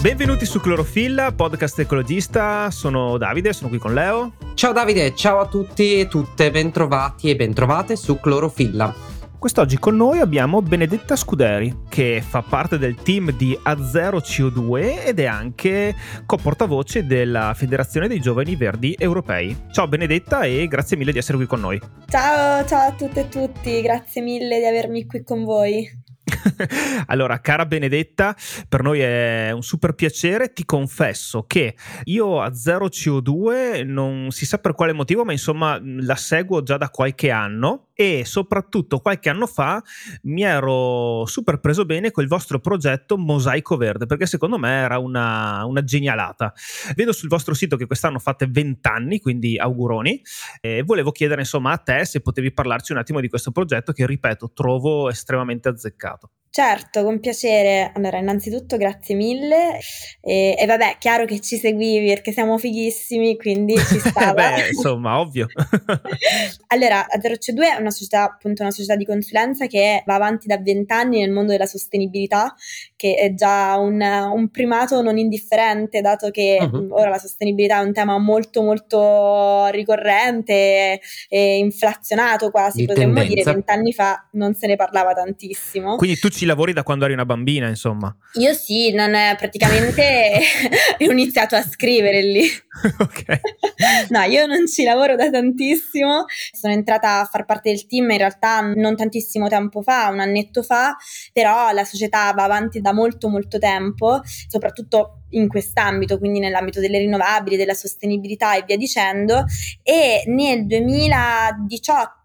Benvenuti su Clorofilla, podcast ecologista. Sono Davide, sono qui con Leo. Ciao Davide, ciao a tutti e tutte, bentrovati e bentrovate su Clorofilla. Quest'oggi con noi abbiamo Benedetta Scuderi, che fa parte del team di A0 CO2 ed è anche co-portavoce della Federazione dei Giovani Verdi Europei. Ciao Benedetta e grazie mille di essere qui con noi. Ciao a tutte e tutti, grazie mille di avermi qui con voi. Allora, cara Benedetta, per noi è un super piacere. Ti confesso che io A0 CO2 non si sa per quale motivo, ma insomma la seguo già da qualche anno e soprattutto qualche anno fa mi ero super preso bene col vostro progetto Mosaico Verde, perché secondo me era una genialata. Vedo sul vostro sito che quest'anno fate 20 anni, quindi auguroni, e volevo chiedere insomma a te se potevi parlarci un attimo di questo progetto che, ripeto, trovo estremamente azzeccato. Certo, con piacere. Allora, innanzitutto grazie mille e vabbè, chiaro che ci seguivi perché siamo fighissimi, quindi ci stava. Beh, insomma, ovvio. Allora, A0 CO2 è una società, appunto una società di consulenza che va avanti da 20 anni nel mondo della sostenibilità, che è già un primato non indifferente, dato che ora la sostenibilità è un tema molto molto ricorrente e inflazionato quasi, Di potremmo tendenza. dire. 20 anni fa non se ne parlava tantissimo. Quindi tu ci lavori da quando eri una bambina, insomma. Io sì, praticamente ho iniziato a scrivere lì. Ok. No, io non ci lavoro da tantissimo, sono entrata a far parte del team in realtà non tantissimo tempo fa, un annetto fa, però la società va avanti da molto molto tempo, soprattutto in quest'ambito, quindi nell'ambito delle rinnovabili, della sostenibilità e via dicendo, e nel 2018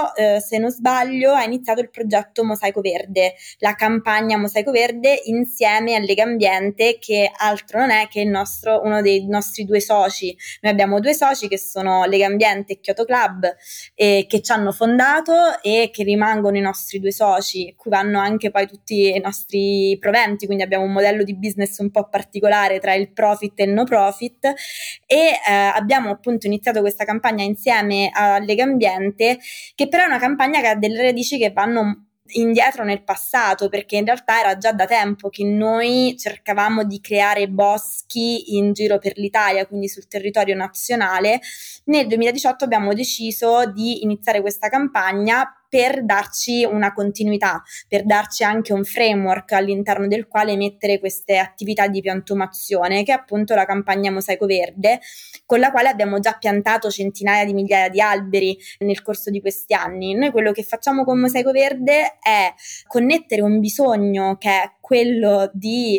se non sbaglio, ha iniziato il progetto Mosaico Verde, la campagna Mosaico Verde insieme a Legambiente, che altro non è che uno dei nostri due soci. Noi abbiamo due soci che sono Legambiente e Kyoto Club, che ci hanno fondato e che rimangono i nostri due soci, cui vanno anche poi tutti i nostri proventi, quindi abbiamo un modello di business un po' particolare tra il profit e il no profit, e abbiamo appunto iniziato questa campagna insieme a Legambiente, che però è una campagna che ha delle radici che vanno indietro nel passato, perché in realtà era già da tempo che noi cercavamo di creare boschi in giro per l'Italia, quindi sul territorio nazionale. Nel 2018 abbiamo deciso di iniziare questa campagna per darci una continuità, per darci anche un framework all'interno del quale mettere queste attività di piantumazione, che è appunto la campagna Mosaico Verde, con la quale abbiamo già piantato centinaia di migliaia di alberi nel corso di questi anni. Noi quello che facciamo con Mosaico Verde è connettere un bisogno che è quello di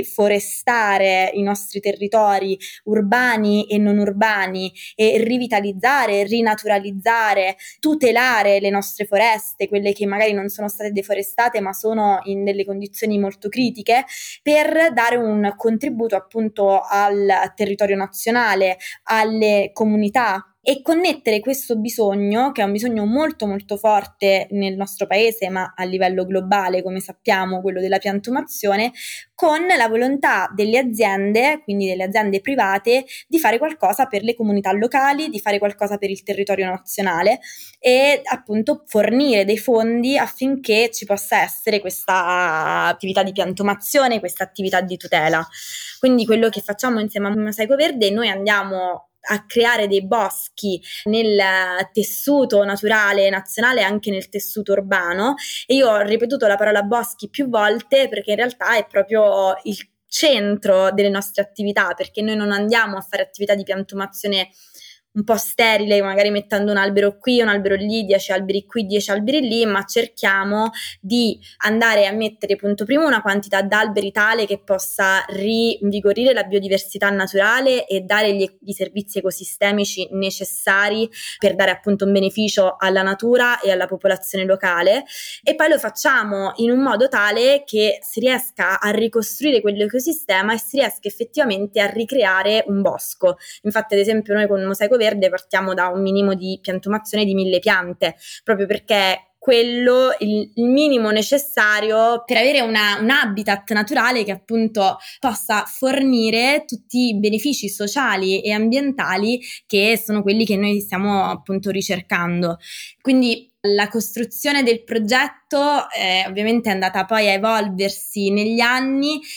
riforestare i nostri territori urbani e non urbani e rivitalizzare, rinaturalizzare, tutelare le nostre foreste, quelle che magari non sono state deforestate ma sono in delle condizioni molto critiche, per dare un contributo appunto al territorio nazionale, alle comunità, e connettere questo bisogno, che è un bisogno molto molto forte nel nostro paese ma a livello globale, come sappiamo, quello della piantumazione, con la volontà delle aziende, quindi delle aziende private, di fare qualcosa per le comunità locali, di fare qualcosa per il territorio nazionale e appunto fornire dei fondi affinché ci possa essere questa attività di piantumazione, questa attività di tutela. Quindi quello che facciamo insieme a Mosaico Verde, noi andiamo a creare dei boschi nel tessuto naturale nazionale e anche nel tessuto urbano, e io ho ripetuto la parola boschi più volte perché in realtà è proprio il centro delle nostre attività, perché noi non andiamo a fare attività di piantumazione un po' sterile, magari mettendo un albero qui, un albero lì, 10 alberi qui, 10 alberi lì, ma cerchiamo di andare a mettere, punto primo, una quantità d'alberi tale che possa rinvigorire la biodiversità naturale e dare i servizi ecosistemici necessari per dare appunto un beneficio alla natura e alla popolazione locale, e poi lo facciamo in un modo tale che si riesca a ricostruire quell'ecosistema e si riesca effettivamente a ricreare un bosco. Infatti, ad esempio, noi con Mosaico Verde partiamo da un minimo di piantumazione di 1000 piante, proprio perché quello il minimo necessario per avere un habitat naturale che appunto possa fornire tutti i benefici sociali e ambientali che sono quelli che noi stiamo appunto ricercando. Quindi la costruzione del progetto ovviamente è andata poi a evolversi negli anni.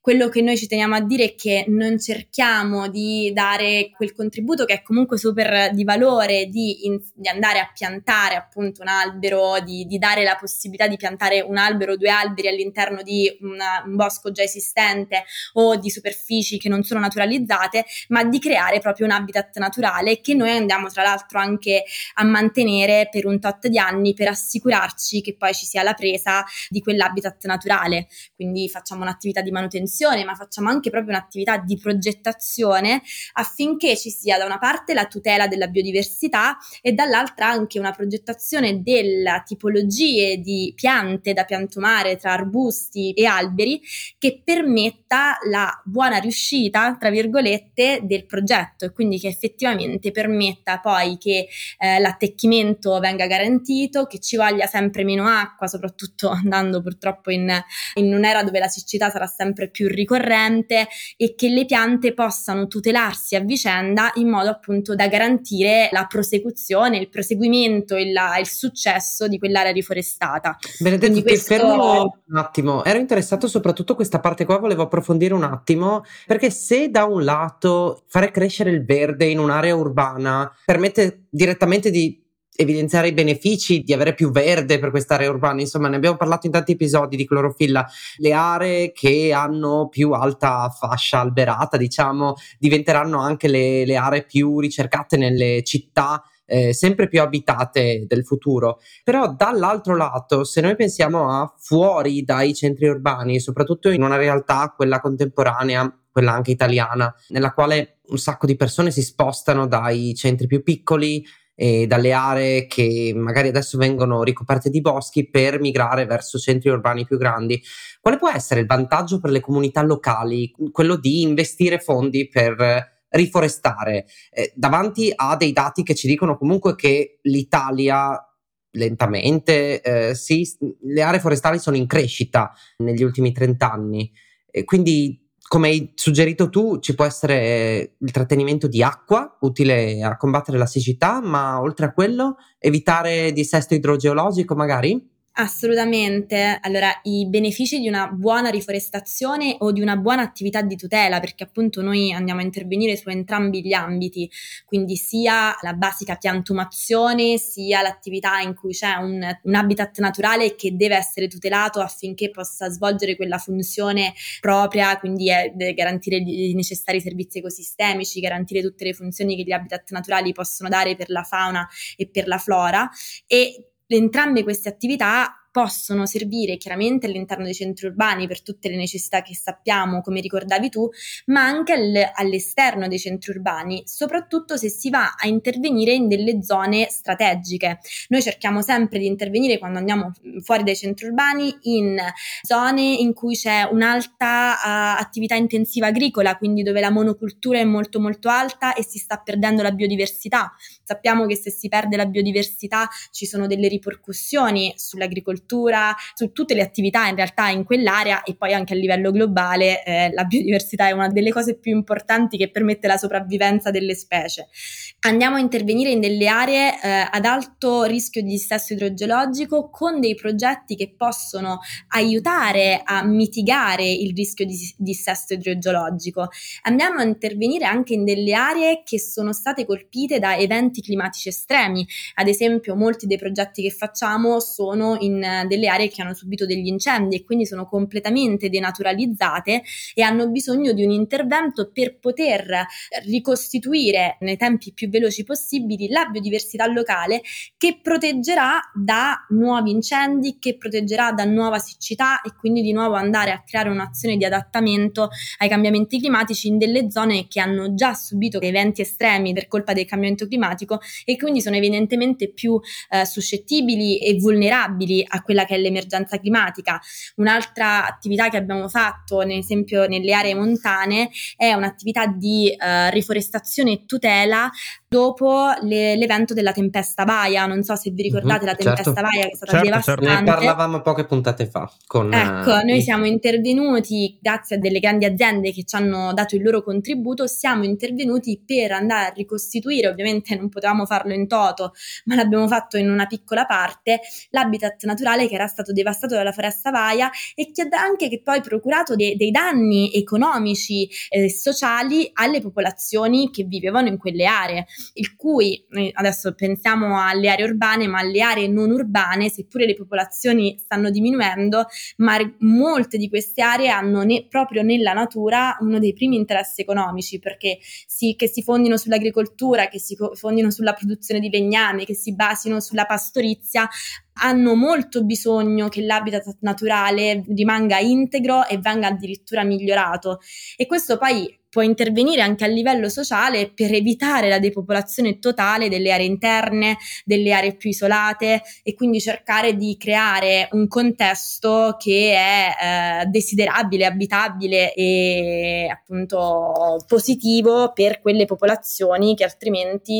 quello che noi ci teniamo a dire è che non cerchiamo di dare quel contributo che è comunque super di valore, di andare a piantare appunto un albero, di dare la possibilità di piantare un albero o 2 alberi all'interno di un bosco già esistente o di superfici che non sono naturalizzate, ma di creare proprio un habitat naturale che noi andiamo tra l'altro anche a mantenere per un tot di anni per assicurarci che poi ci sia la presa di quell'habitat naturale. Quindi facciamo un'attività di manutenzione, ma facciamo anche proprio un'attività di progettazione affinché ci sia da una parte la tutela della biodiversità e dall'altra anche una progettazione della tipologie di piante da piantumare tra arbusti e alberi che permetta la buona riuscita, tra virgolette, del progetto e quindi che effettivamente permetta poi che l'attecchimento venga garantito, che ci voglia sempre meno acqua, soprattutto andando purtroppo in un'era dove la siccità sarà sempre più ricorrente e che le piante possano tutelarsi a vicenda in modo appunto da garantire la prosecuzione, il proseguimento e il successo di quell'area riforestata. Benedetta, ti fermo un attimo, ero interessato soprattutto a questa parte qua, volevo approfondire un attimo, perché se da un lato fare crescere il verde in un'area urbana permette direttamente di evidenziare i benefici di avere più verde per quest'area urbana, insomma ne abbiamo parlato in tanti episodi di clorofilla, le aree che hanno più alta fascia alberata diciamo diventeranno anche le aree più ricercate nelle città sempre più abitate del futuro. Però dall'altro lato, se noi pensiamo a fuori dai centri urbani, soprattutto in una realtà, quella contemporanea, quella anche italiana, nella quale un sacco di persone si spostano dai centri più piccoli e dalle aree che magari adesso vengono ricoperte di boschi per migrare verso centri urbani più grandi, quale può essere il vantaggio per le comunità locali, quello di investire fondi per riforestare, davanti a dei dati che ci dicono comunque che l'Italia lentamente, le aree forestali sono in crescita negli ultimi 30 anni, e quindi come hai suggerito tu ci può essere il trattenimento di acqua utile a combattere la siccità, ma oltre a quello evitare dissesto idrogeologico magari? Assolutamente. Allora, i benefici di una buona riforestazione o di una buona attività di tutela, perché appunto noi andiamo a intervenire su entrambi gli ambiti, quindi sia la basica piantumazione, sia l'attività in cui c'è un habitat naturale che deve essere tutelato affinché possa svolgere quella funzione propria, quindi garantire i necessari servizi ecosistemici, garantire tutte le funzioni che gli habitat naturali possono dare per la fauna e per la flora, e entrambe queste attività possono servire chiaramente all'interno dei centri urbani per tutte le necessità che sappiamo, come ricordavi tu, ma anche all'esterno dei centri urbani, soprattutto se si va a intervenire in delle zone strategiche. Noi cerchiamo sempre di intervenire quando andiamo fuori dai centri urbani in zone in cui c'è un'alta attività intensiva agricola, quindi dove la monocultura è molto molto alta e si sta perdendo la biodiversità. Sappiamo che se si perde la biodiversità ci sono delle ripercussioni sull'agricoltura, su tutte le attività in realtà in quell'area e poi anche a livello globale. La biodiversità è una delle cose più importanti che permette la sopravvivenza delle specie. Andiamo a intervenire in delle aree ad alto rischio di dissesto idrogeologico con dei progetti che possono aiutare a mitigare il rischio di dissesto idrogeologico. Andiamo a intervenire anche in delle aree che sono state colpite da eventi climatici estremi. Ad esempio, molti dei progetti che facciamo sono in delle aree che hanno subito degli incendi e quindi sono completamente denaturalizzate e hanno bisogno di un intervento per poter ricostituire nei tempi più veloci possibili la biodiversità locale, che proteggerà da nuovi incendi, che proteggerà da nuova siccità e quindi di nuovo andare a creare un'azione di adattamento ai cambiamenti climatici in delle zone che hanno già subito eventi estremi per colpa del cambiamento climatico e quindi sono evidentemente più suscettibili e vulnerabili a quella che è l'emergenza climatica. Un'altra attività che abbiamo fatto, ad esempio nelle aree montane, è un'attività di riforestazione e tutela dopo l'evento della tempesta Vaia. Non so se vi ricordate la tempesta Vaia, che è stata devastante. Ne parlavamo poche puntate fa. Ecco, noi siamo intervenuti grazie a delle grandi aziende che ci hanno dato il loro contributo, siamo intervenuti per andare a ricostituire, ovviamente non potevamo farlo in toto, ma l'abbiamo fatto in una piccola parte, l'habitat naturale che era stato devastato dalla foresta Vaia e che ha anche poi procurato dei danni economici e sociali alle popolazioni che vivevano in quelle aree, il cui adesso pensiamo alle aree urbane, ma alle aree non urbane, seppure le popolazioni stanno diminuendo, ma molte di queste aree hanno proprio nella natura uno dei primi interessi economici, perché che si fondino sull'agricoltura, che si fondino sulla produzione di legname, che si basino sulla pastorizia, hanno molto bisogno che l'habitat naturale rimanga integro e venga addirittura migliorato, e questo poi può intervenire anche a livello sociale per evitare la depopolazione totale delle aree interne, delle aree più isolate, e quindi cercare di creare un contesto che è desiderabile, abitabile e appunto positivo per quelle popolazioni che altrimenti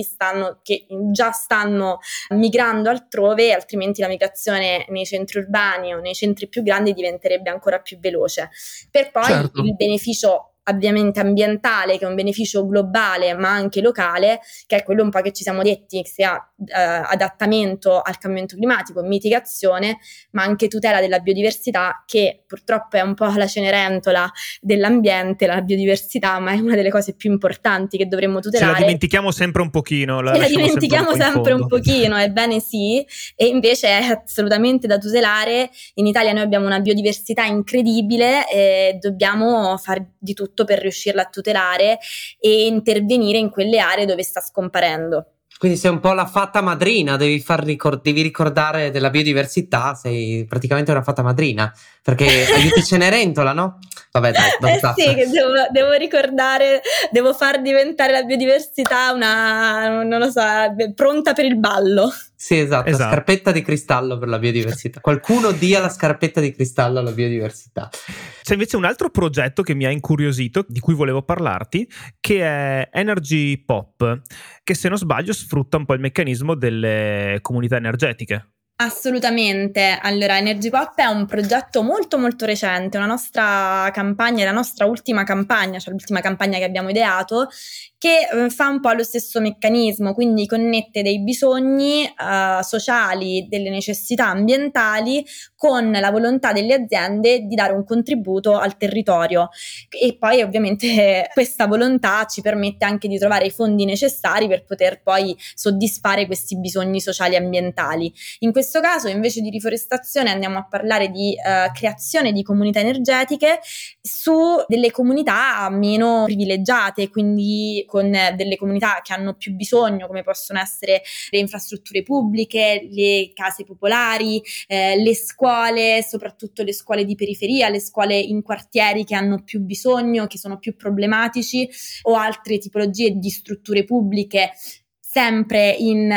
già stanno migrando altrove, e altrimenti la migrazione nei centri urbani o nei centri più grandi diventerebbe ancora più veloce. Per poi il beneficio ovviamente ambientale, che è un beneficio globale ma anche locale, che è quello un po' che ci siamo detti, che sia adattamento al cambiamento climatico, mitigazione, ma anche tutela della biodiversità, che purtroppo è un po' la cenerentola dell'ambiente, la biodiversità, ma è una delle cose più importanti che dovremmo tutelare. Ce la dimentichiamo sempre un pochino. La dimentichiamo sempre un pochino, ebbene sì, e invece è assolutamente da tutelare. In Italia noi abbiamo una biodiversità incredibile e dobbiamo fare di tutto per riuscirla a tutelare e intervenire in quelle aree dove sta scomparendo. Quindi sei un po' la fata madrina, devi ricordare della biodiversità, sei praticamente una fata madrina, perché aiuti Cenerentola, no? Vabbè, dai, sì, che devo ricordare, devo far diventare la biodiversità non lo so, pronta per il ballo. Sì, esatto. Scarpetta di cristallo per la biodiversità. Qualcuno dia la scarpetta di cristallo alla biodiversità. C'è invece un altro progetto che mi ha incuriosito, di cui volevo parlarti, che è Energy Pop, che se non sbaglio sfrutta un po' il meccanismo delle comunità energetiche. Assolutamente. Allora, Energy Pop è un progetto molto molto recente, una nostra campagna, la nostra ultima campagna, cioè l'ultima campagna che abbiamo ideato, che fa un po' lo stesso meccanismo, quindi connette dei bisogni sociali, delle necessità ambientali con la volontà delle aziende di dare un contributo al territorio, e poi ovviamente questa volontà ci permette anche di trovare i fondi necessari per poter poi soddisfare questi bisogni sociali e ambientali. In questo caso, invece di riforestazione, andiamo a parlare di creazione di comunità energetiche su delle comunità meno privilegiate, quindi con delle comunità che hanno più bisogno, come possono essere le infrastrutture pubbliche, le case popolari, le scuole, soprattutto le scuole di periferia, le scuole in quartieri che hanno più bisogno, che sono più problematici, o altre tipologie di strutture pubbliche sempre in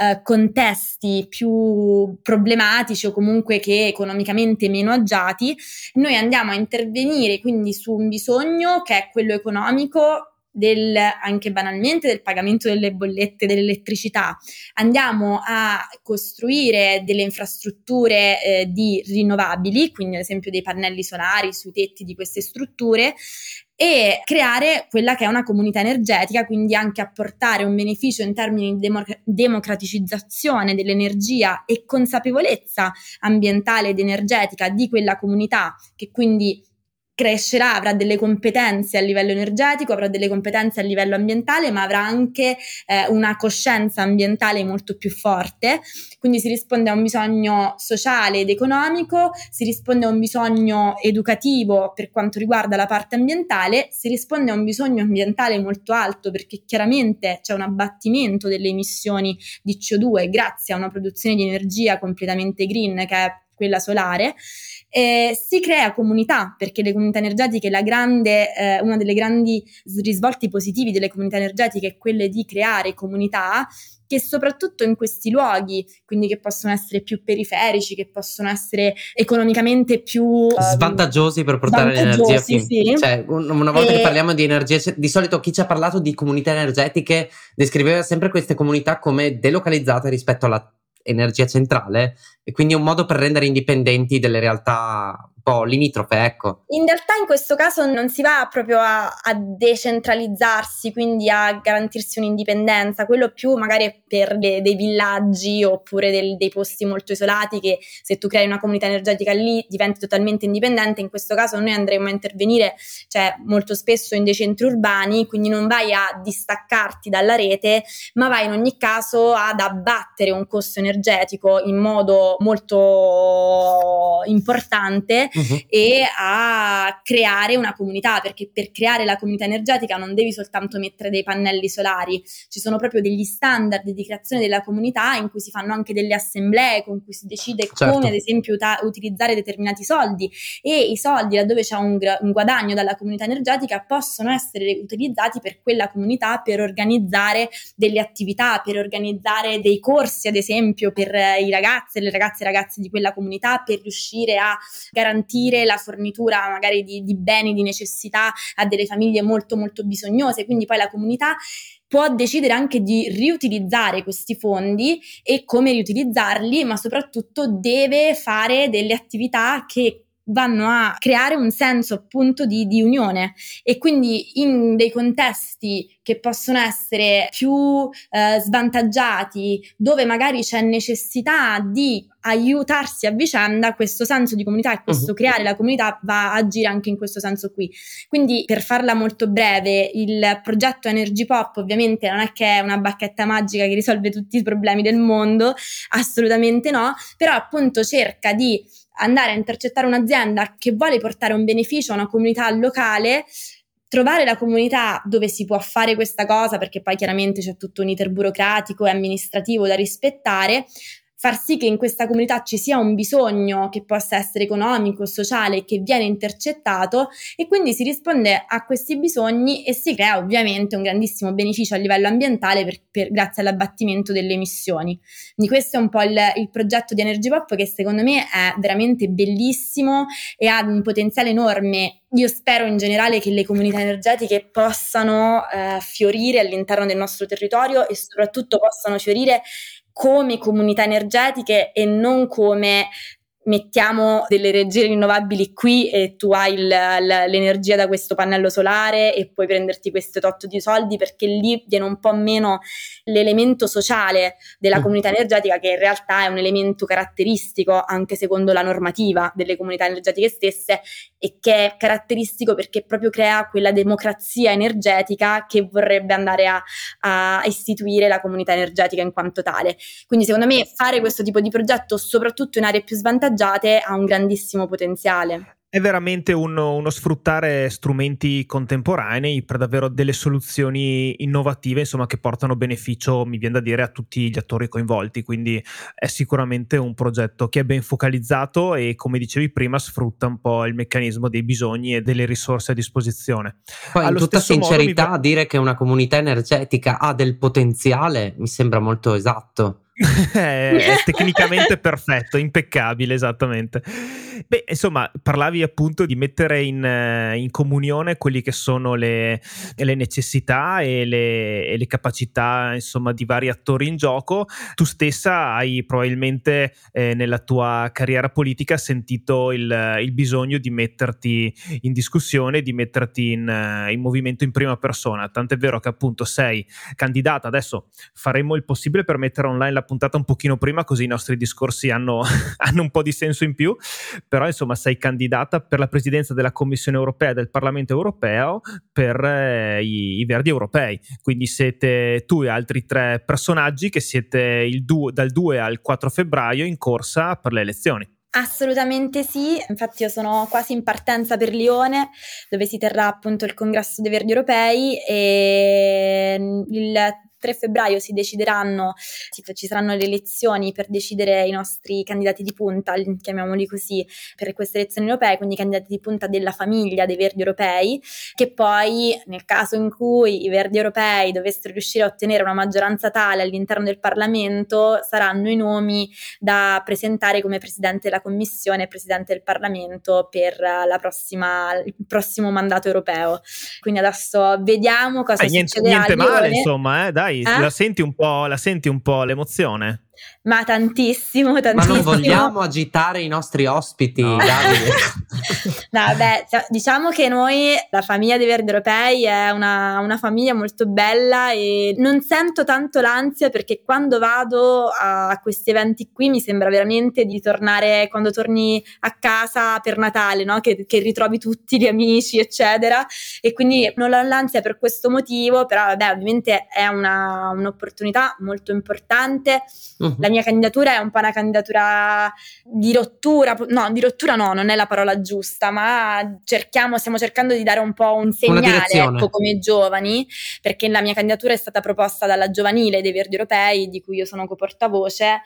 contesti più problematici o comunque che economicamente meno agiati. Noi andiamo a intervenire quindi su un bisogno che è quello economico, anche banalmente del pagamento delle bollette dell'elettricità. Andiamo a costruire delle infrastrutture di rinnovabili, quindi ad esempio dei pannelli solari sui tetti di queste strutture, e creare quella che è una comunità energetica, quindi anche apportare un beneficio in termini di democraticizzazione dell'energia e consapevolezza ambientale ed energetica di quella comunità, che quindi crescerà, avrà delle competenze a livello energetico, avrà delle competenze a livello ambientale, ma avrà anche una coscienza ambientale molto più forte. Quindi si risponde a un bisogno sociale ed economico, si risponde a un bisogno educativo per quanto riguarda la parte ambientale, si risponde a un bisogno ambientale molto alto, perché chiaramente c'è un abbattimento delle emissioni di CO2 grazie a una produzione di energia completamente green, che è quella solare. Si crea comunità, perché le comunità energetiche, una delle grandi risvolti positivi delle comunità energetiche è quelle di creare comunità che soprattutto in questi luoghi, quindi che possono essere più periferici, che possono essere economicamente più svantaggiosi per portare l'energia sì. Cioè, una volta che parliamo di energia, di solito chi ci ha parlato di comunità energetiche descriveva sempre queste comunità come delocalizzate rispetto alla energia centrale, e quindi un modo per rendere indipendenti delle realtà un po' limitrofe, ecco. In realtà in questo caso non si va proprio a decentralizzarsi, quindi a garantirsi un'indipendenza, quello più magari per dei villaggi oppure dei posti molto isolati, che se tu crei una comunità energetica lì diventi totalmente indipendente. In questo caso noi andremo a intervenire, cioè molto spesso in dei centri urbani, quindi non vai a distaccarti dalla rete, ma vai in ogni caso ad abbattere un costo energetico in modo molto importante e a creare una comunità, perché per creare la comunità energetica non devi soltanto mettere dei pannelli solari, ci sono proprio degli standard di creazione della comunità in cui si fanno anche delle assemblee con cui si decide come ad esempio utilizzare determinati soldi, e i soldi, laddove c'è un guadagno dalla comunità energetica, possono essere utilizzati per quella comunità, per organizzare delle attività, per organizzare dei corsi ad esempio per i ragazzi e le ragazze di quella comunità, per riuscire a garantire la fornitura magari di beni di necessità a delle famiglie molto molto bisognose. Quindi poi la comunità può decidere anche di riutilizzare questi fondi e come riutilizzarli, ma soprattutto deve fare delle attività che vanno a creare un senso appunto di unione, e quindi in dei contesti che possono essere più svantaggiati, dove magari c'è necessità di aiutarsi a vicenda, questo senso di comunità e questo creare la comunità va a agire anche in questo senso qui. Quindi, per farla molto breve, il progetto Energy Pop ovviamente non è che è una bacchetta magica che risolve tutti i problemi del mondo, assolutamente no, però appunto cerca di andare a intercettare un'azienda che vuole portare un beneficio a una comunità locale, trovare la comunità dove si può fare questa cosa, perché poi chiaramente c'è tutto un iter burocratico e amministrativo da rispettare, far sì che in questa comunità ci sia un bisogno che possa essere economico, sociale, che viene intercettato, e quindi si risponde a questi bisogni e si crea ovviamente un grandissimo beneficio a livello ambientale grazie all'abbattimento delle emissioni. Quindi questo è un po' il progetto di Energy Pop, che secondo me è veramente bellissimo e ha un potenziale enorme. Io spero in generale che le comunità energetiche possano fiorire all'interno del nostro territorio, e soprattutto possano fiorire come comunità energetiche e non come mettiamo delle energie rinnovabili qui e tu hai l'energia da questo pannello solare e puoi prenderti questo tot di soldi, perché lì viene un po' meno l'elemento sociale della comunità energetica, che in realtà è un elemento caratteristico anche secondo la normativa delle comunità energetiche stesse, e che è caratteristico perché proprio crea quella democrazia energetica che vorrebbe andare a istituire la comunità energetica in quanto tale. Quindi secondo me fare questo tipo di progetto, soprattutto in aree più svantaggiate, ha un grandissimo potenziale. È veramente uno sfruttare strumenti contemporanei per davvero delle soluzioni innovative, insomma, che portano beneficio, mi viene da dire, a tutti gli attori coinvolti. Quindi è sicuramente un progetto che è ben focalizzato e, come dicevi prima, sfrutta un po' il meccanismo dei bisogni e delle risorse a disposizione. Poi, in tutta sincerità, dire che una comunità energetica ha del potenziale mi sembra molto esatto. È tecnicamente perfetto, impeccabile, esattamente. Beh, insomma, parlavi appunto di mettere in comunione quelli che sono le necessità e le capacità, insomma, di vari attori in gioco. Tu stessa hai probabilmente nella tua carriera politica sentito il bisogno di metterti in discussione, di metterti in movimento in prima persona, tant'è vero che appunto sei candidata. Adesso faremo il possibile per mettere online la puntata un pochino prima, così i nostri discorsi hanno un po' di senso in più, però insomma sei candidata per la presidenza della Commissione Europea e del Parlamento Europeo per i Verdi Europei, quindi siete tu e altri 3 personaggi che siete dal 2 al 4 febbraio in corsa per le elezioni. Assolutamente sì, infatti io sono quasi in partenza per Lione, dove si terrà appunto il congresso dei Verdi Europei, e il 3 febbraio si decideranno, ci saranno le elezioni per decidere i nostri candidati di punta, chiamiamoli così, per queste elezioni europee, quindi candidati di punta della famiglia dei Verdi europei, che poi nel caso in cui i Verdi europei dovessero riuscire a ottenere una maggioranza tale all'interno del Parlamento, saranno i nomi da presentare come Presidente della Commissione e Presidente del Parlamento per il prossimo mandato europeo. Quindi adesso vediamo cosa succederà. Niente male, insomma, dai, la senti un po' l'emozione? Ma tantissimo. Ma non vogliamo agitare i nostri ospiti, no. Davide. No, beh, diciamo che noi, la famiglia dei Verdi Europei, è una famiglia molto bella e non sento tanto l'ansia, perché quando vado a questi eventi qui mi sembra veramente di tornare quando torni a casa per Natale, no? Che ritrovi tutti gli amici, eccetera, e quindi non ho l'ansia per questo motivo, però vabbè, ovviamente è un'opportunità molto importante. La mia candidatura è un po' una candidatura di rottura, no, non è la parola giusta, ma stiamo cercando di dare un po' un segnale, ecco, come giovani, perché la mia candidatura è stata proposta dalla giovanile dei Verdi Europei, di cui io sono coportavoce,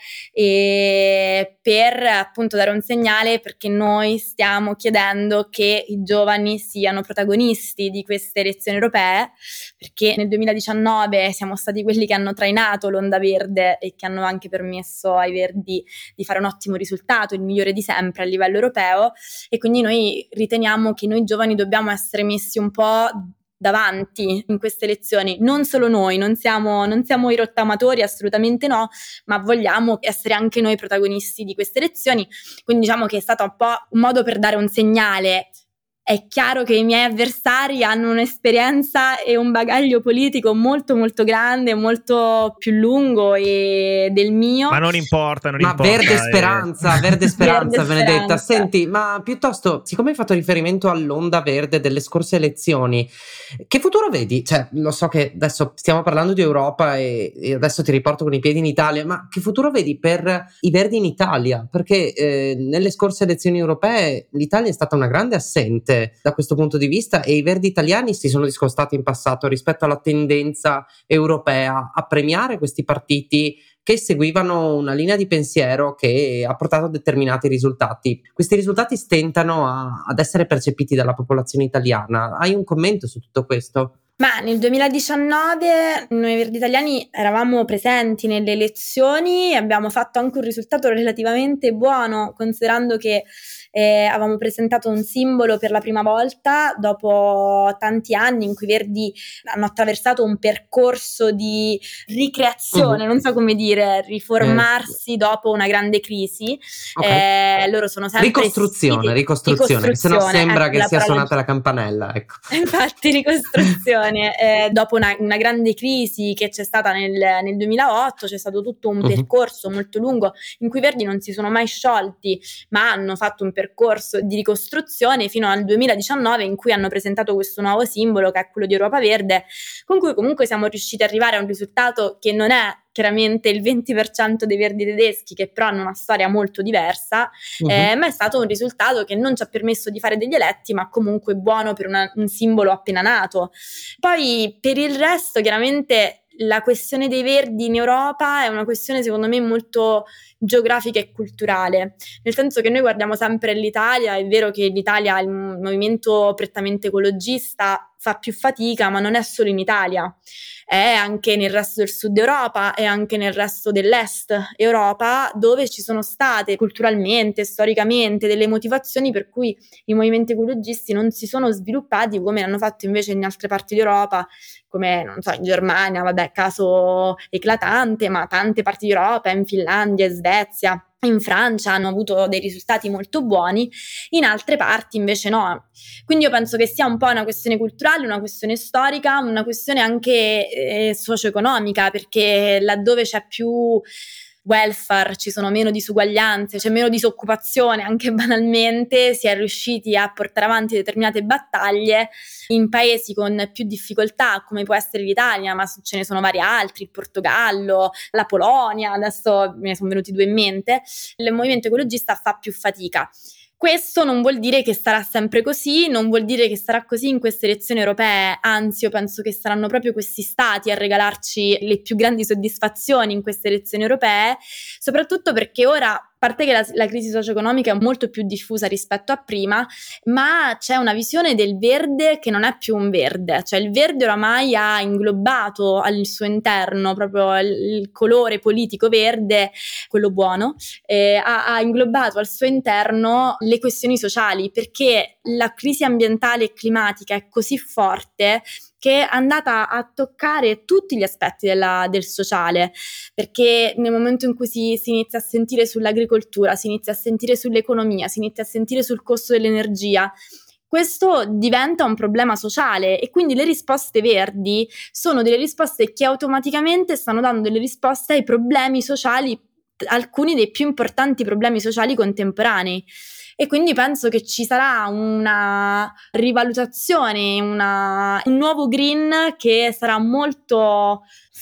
e per appunto dare un segnale, perché noi stiamo chiedendo che i giovani siano protagonisti di queste elezioni europee, perché nel 2019 siamo stati quelli che hanno trainato l'onda verde e che hanno anche permesso ai Verdi di fare un ottimo risultato, il migliore di sempre a livello europeo, e quindi noi riteniamo che noi giovani dobbiamo essere messi un po' davanti in queste elezioni. Non solo noi, non siamo i rottamatori, assolutamente no, ma vogliamo essere anche noi protagonisti di queste elezioni. Quindi diciamo che è stato un po' un modo per dare un segnale. È chiaro che i miei avversari hanno un'esperienza e un bagaglio politico molto molto grande, molto più lungo del mio. Ma non importa. Verde speranza, Benedetta. Senti, ma piuttosto, siccome hai fatto riferimento all'onda verde delle scorse elezioni, che futuro vedi? Cioè, lo so che adesso stiamo parlando di Europa e adesso ti riporto con i piedi in Italia, ma che futuro vedi per i Verdi in Italia? Perché nelle scorse elezioni europee l'Italia è stata una grande assente da questo punto di vista, e i Verdi italiani si sono discostati in passato rispetto alla tendenza europea a premiare questi partiti che seguivano una linea di pensiero che ha portato a determinati risultati. Questi risultati stentano ad essere percepiti dalla popolazione italiana. Hai un commento su tutto questo? Ma nel 2019 noi Verdi Italiani eravamo presenti nelle elezioni e abbiamo fatto anche un risultato relativamente buono, considerando che avevamo presentato un simbolo per la prima volta dopo tanti anni in cui i Verdi hanno attraversato un percorso di ricreazione, non so come dire, riformarsi dopo una grande crisi. Okay. Loro sono sempre ricostruzione, se no sembra che sia suonata la campanella, ecco. Infatti, ricostruzione. Dopo una grande crisi che c'è stata nel 2008, c'è stato tutto un percorso molto lungo in cui i Verdi non si sono mai sciolti, ma hanno fatto un percorso di ricostruzione fino al 2019, in cui hanno presentato questo nuovo simbolo, che è quello di Europa Verde, con cui comunque siamo riusciti ad arrivare a un risultato che non è chiaramente il 20% dei Verdi tedeschi, che però hanno una storia molto diversa, ma è stato un risultato che non ci ha permesso di fare degli eletti, ma comunque buono per un simbolo appena nato. Poi per il resto, chiaramente la questione dei Verdi in Europa è una questione secondo me molto geografica e culturale, nel senso che noi guardiamo sempre l'Italia. È vero che l'Italia, il movimento prettamente ecologista, fa più fatica, ma non è solo in Italia, è anche nel resto del sud Europa e anche nel resto dell'est Europa, dove ci sono state culturalmente, storicamente, delle motivazioni per cui i movimenti ecologisti non si sono sviluppati come hanno fatto invece in altre parti d'Europa, come, non so, in Germania, vabbè, caso eclatante, ma tante parti d'Europa, in Finlandia, Svezia, in Francia hanno avuto dei risultati molto buoni, in altre parti invece no. Quindi io penso che sia un po' una questione culturale, una questione storica, una questione anche socio-economica, perché laddove c'è più welfare, ci sono meno disuguaglianze, c'è meno disoccupazione, anche banalmente si è riusciti a portare avanti determinate battaglie in paesi con più difficoltà, come può essere l'Italia, ma ce ne sono vari altri, il Portogallo, la Polonia, adesso me ne sono venuti due in mente. Il movimento ecologista fa più fatica. Questo non vuol dire che sarà sempre così, non vuol dire che sarà così in queste elezioni europee, anzi io penso che saranno proprio questi stati a regalarci le più grandi soddisfazioni in queste elezioni europee, soprattutto perché ora, a parte che la crisi socio-economica è molto più diffusa rispetto a prima, ma c'è una visione del verde che non è più un verde, cioè il verde oramai ha inglobato al suo interno proprio il colore politico verde, quello buono, ha inglobato al suo interno le questioni sociali, perché la crisi ambientale e climatica è così forte che è andata a toccare tutti gli aspetti del sociale, perché nel momento in cui si inizia a sentire sull'agricoltura, si inizia a sentire sull'economia, si inizia a sentire sul costo dell'energia, questo diventa un problema sociale e quindi le risposte verdi sono delle risposte che automaticamente stanno dando delle risposte ai problemi sociali, alcuni dei più importanti problemi sociali contemporanei. E quindi penso che ci sarà una rivalutazione, un nuovo green che sarà molto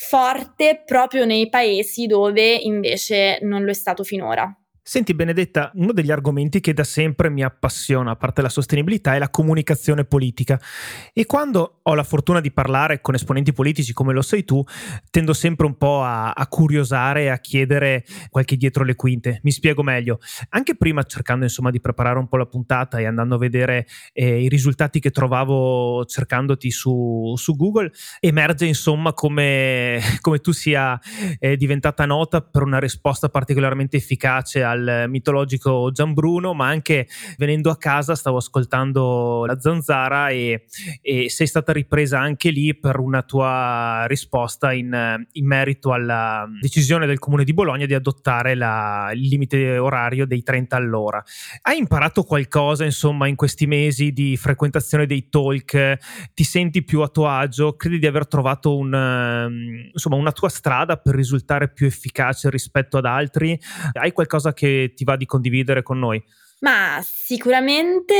forte proprio nei paesi dove invece non lo è stato finora. Senti Benedetta, uno degli argomenti che da sempre mi appassiona, a parte la sostenibilità, è la comunicazione politica, e quando ho la fortuna di parlare con esponenti politici come lo sei tu, tendo sempre un po' a curiosare e a chiedere qualche dietro le quinte. Mi spiego meglio. Anche prima, cercando insomma di preparare un po' la puntata e andando a vedere i risultati che trovavo cercandoti su Google, emerge insomma come tu sia diventata nota per una risposta particolarmente efficace al mitologico Gianbruno, ma anche venendo a casa stavo ascoltando La Zanzara e sei stata ripresa anche lì per una tua risposta in merito alla decisione del Comune di Bologna di adottare il limite orario dei 30 all'ora. Hai imparato qualcosa insomma in questi mesi di frequentazione dei talk? Ti senti più a tuo agio? Credi di aver trovato una tua strada per risultare più efficace rispetto ad altri? Hai qualcosa che ti va di condividere con noi? Ma sicuramente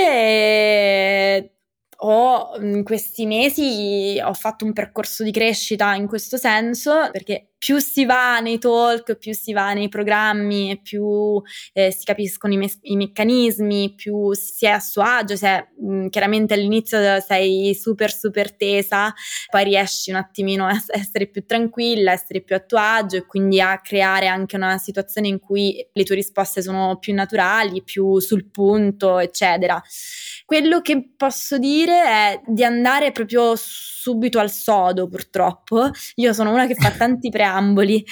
in questi mesi ho fatto un percorso di crescita in questo senso, perché più si va nei talk, più si va nei programmi e più si capiscono i meccanismi, più si è a suo agio. Chiaramente all'inizio sei super super tesa, poi riesci un attimino a essere più tranquilla, a essere più a tuo agio e quindi a creare anche una situazione in cui le tue risposte sono più naturali, più sul punto, eccetera. Quello che posso dire è di andare proprio subito al sodo, purtroppo. Io sono una che fa tanti preamboli,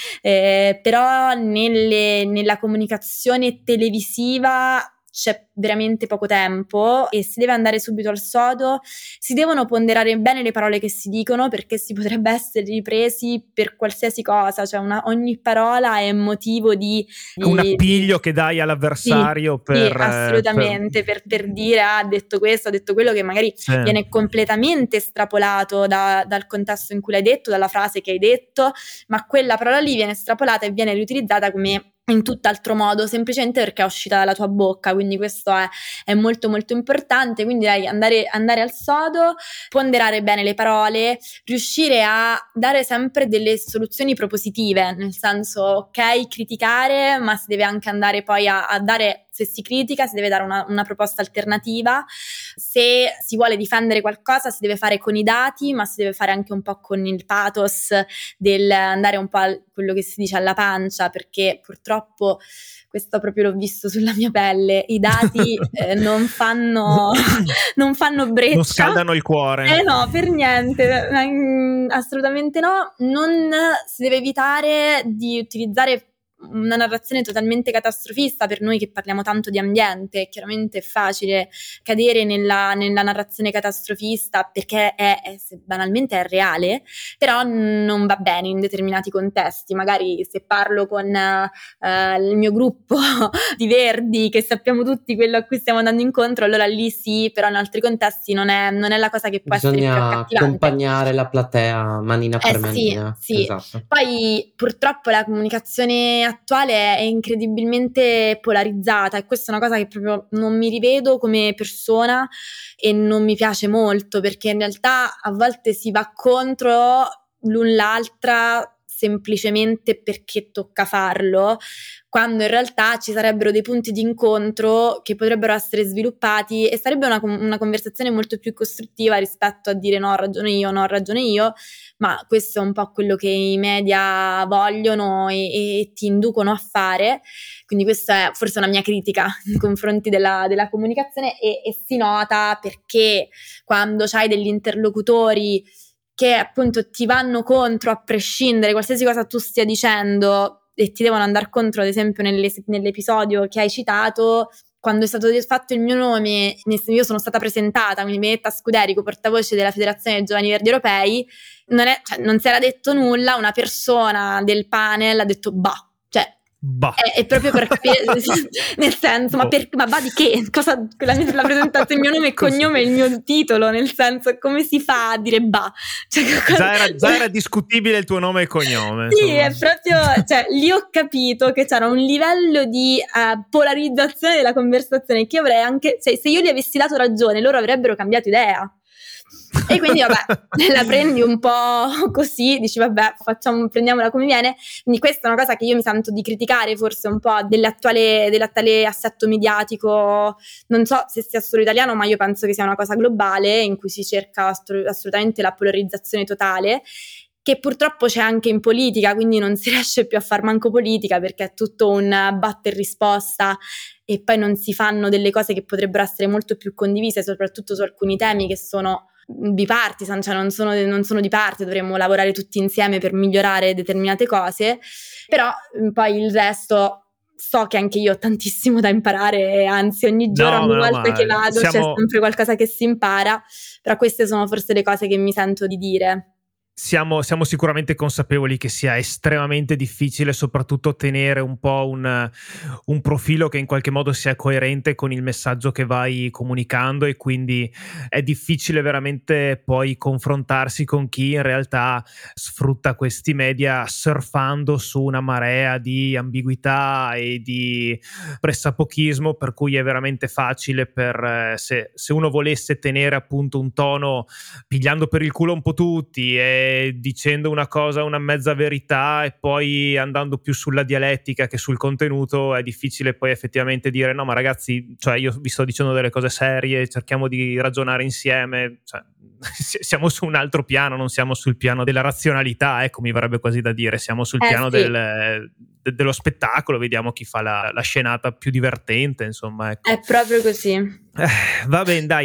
però nella comunicazione televisiva c'è veramente poco tempo e si deve andare subito al sodo, si devono ponderare bene le parole che si dicono, perché si potrebbe essere ripresi per qualsiasi cosa, cioè ogni parola è motivo di un appiglio che dai all'avversario sì, assolutamente, per dire ha detto questo, ha detto quello, che magari viene completamente estrapolato dal contesto in cui l'hai detto, dalla frase che hai detto, ma quella parola lì viene estrapolata e viene riutilizzata come in tutt'altro modo, semplicemente perché è uscita dalla tua bocca. Quindi questo è molto molto importante. Quindi andare al sodo, ponderare bene le parole, riuscire a dare sempre delle soluzioni propositive, nel senso, ok, criticare, ma si deve anche andare poi a dare, se si critica si deve dare una proposta alternativa, se si vuole difendere qualcosa si deve fare con i dati, ma si deve fare anche un po' con il pathos del andare un po' a quello che si dice alla pancia, perché purtroppo questo proprio l'ho visto sulla mia pelle, i dati non fanno breccia, non scaldano il cuore, no, per niente, assolutamente no. Non si deve evitare di utilizzare una narrazione totalmente catastrofista. Per noi che parliamo tanto di ambiente, chiaramente è facile cadere nella narrazione catastrofista, perché banalmente è reale, però non va bene in determinati contesti. Magari se parlo con il mio gruppo di verdi, che sappiamo tutti quello a cui stiamo andando incontro, allora lì sì, però in altri contesti non è la cosa che può essere più accattivante. Bisogna accompagnare la platea manina per manina. Sì. Esatto. Poi purtroppo la comunicazione attuale è incredibilmente polarizzata e questa è una cosa che proprio non mi rivedo come persona e non mi piace molto, perché in realtà a volte si va contro l'un l'altra semplicemente perché tocca farlo, quando in realtà ci sarebbero dei punti di incontro che potrebbero essere sviluppati e sarebbe una conversazione molto più costruttiva rispetto a dire no, ho ragione io, ma questo è un po' quello che i media vogliono e ti inducono a fare, quindi questa è forse una mia critica nei confronti della comunicazione e si nota perché quando c'hai degli interlocutori che appunto ti vanno contro a prescindere qualsiasi cosa tu stia dicendo e ti devono andare contro, ad esempio nell'episodio che hai citato, quando è stato fatto il mio nome, io sono stata presentata, quindi Benedetta Scuderico, portavoce della Federazione dei Giovani Verdi Europei, non si era detto nulla, una persona del panel ha detto bah. È proprio per capire, nel senso, ma va di che? Cosa, la presentazione, il mio nome e cognome e il mio titolo, nel senso, come si fa a dire bah? Già era discutibile il tuo nome e cognome. Sì, insomma. è proprio, lì ho capito che c'era un livello di polarizzazione della conversazione che avrei anche, se io gli avessi dato ragione, loro avrebbero cambiato idea. E quindi vabbè, la prendi un po' così, dici vabbè, prendiamola come viene. Quindi questa è una cosa che io mi sento di criticare forse un po' dell'attuale assetto mediatico, non so se sia solo italiano, ma io penso che sia una cosa globale in cui si cerca assolutamente la polarizzazione totale, che purtroppo c'è anche in politica, quindi non si riesce più a far manco politica perché è tutto un batta e risposta e poi non si fanno delle cose che potrebbero essere molto più condivise, soprattutto su alcuni temi che sono bipartisan, cioè non sono di parte, dovremmo lavorare tutti insieme per migliorare determinate cose, però poi il resto so che anche io ho tantissimo da imparare, anzi ogni giorno, ogni volta che vado c'è sempre qualcosa che si impara, però queste sono forse le cose che mi sento di dire. Siamo sicuramente consapevoli che sia estremamente difficile soprattutto tenere un po' un profilo che in qualche modo sia coerente con il messaggio che vai comunicando, e quindi è difficile veramente poi confrontarsi con chi in realtà sfrutta questi media surfando su una marea di ambiguità e di pressapochismo, per cui è veramente facile se uno volesse tenere appunto un tono pigliando per il culo un po' tutti e dicendo una cosa, una mezza verità, e poi andando più sulla dialettica che sul contenuto, è difficile poi effettivamente dire no ma ragazzi, cioè io vi sto dicendo delle cose serie, cerchiamo di ragionare insieme, cioè, siamo su un altro piano, non siamo sul piano della razionalità, ecco, mi verrebbe quasi da dire, siamo sul piano sì. dello spettacolo, vediamo chi fa la scenata più divertente, insomma, ecco. È proprio così. Va bene, dai.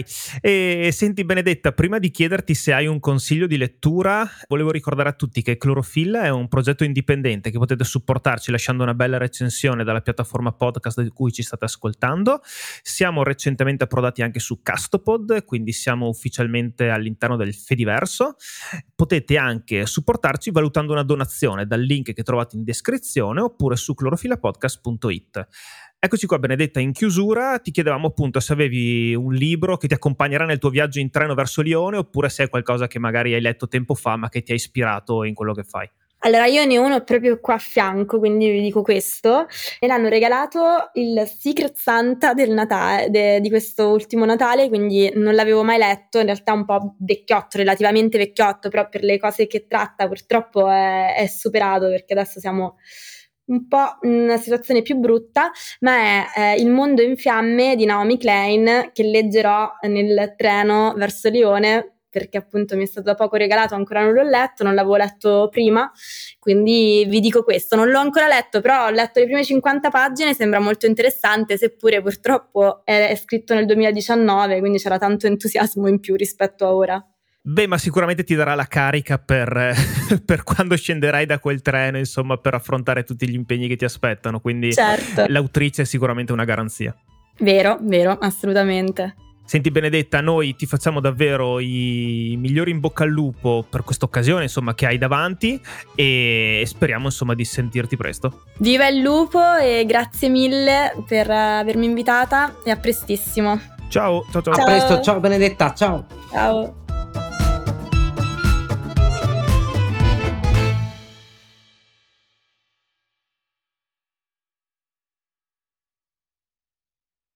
E senti Benedetta, prima di chiederti se hai un consiglio di lettura, volevo ricordare a tutti che Clorofilla è un progetto indipendente che potete supportarci lasciando una bella recensione dalla piattaforma podcast di cui ci state ascoltando. Siamo recentemente approdati anche su Castopod, quindi siamo ufficialmente all'interno del Fediverso. Potete anche supportarci valutando una donazione dal link che trovate in descrizione oppure su clorofillapodcast.it. Eccoci qua Benedetta, in chiusura ti chiedevamo appunto se avevi un libro che ti accompagnerà nel tuo viaggio in treno verso Lione, oppure se è qualcosa che magari hai letto tempo fa ma che ti ha ispirato in quello che fai. Allora io ne ho uno proprio qua a fianco, quindi vi dico questo, e l'hanno regalato il Secret Santa del Natale, di questo ultimo Natale, quindi non l'avevo mai letto, in realtà un po' vecchiotto, relativamente vecchiotto, però per le cose che tratta purtroppo è superato, perché adesso siamo un po' in una situazione più brutta, ma è Il mondo in fiamme di Naomi Klein, che leggerò nel treno verso Lione, perché appunto mi è stato da poco regalato, ancora non l'ho letto, non l'avevo letto prima, quindi vi dico questo, non l'ho ancora letto, però ho letto le prime 50 pagine, sembra molto interessante, seppure purtroppo è scritto nel 2019, quindi c'era tanto entusiasmo in più rispetto a ora. Beh, ma sicuramente ti darà la carica per quando scenderai da quel treno, insomma, per affrontare tutti gli impegni che ti aspettano, quindi certo. L'autrice è sicuramente una garanzia. Vero, assolutamente. Senti Benedetta, noi ti facciamo davvero i migliori in bocca al lupo per questa occasione, insomma, che hai davanti, e speriamo, insomma, di sentirti presto. Viva il lupo e grazie mille per avermi invitata e a prestissimo. Ciao. A presto, ciao Benedetta, ciao. Ciao.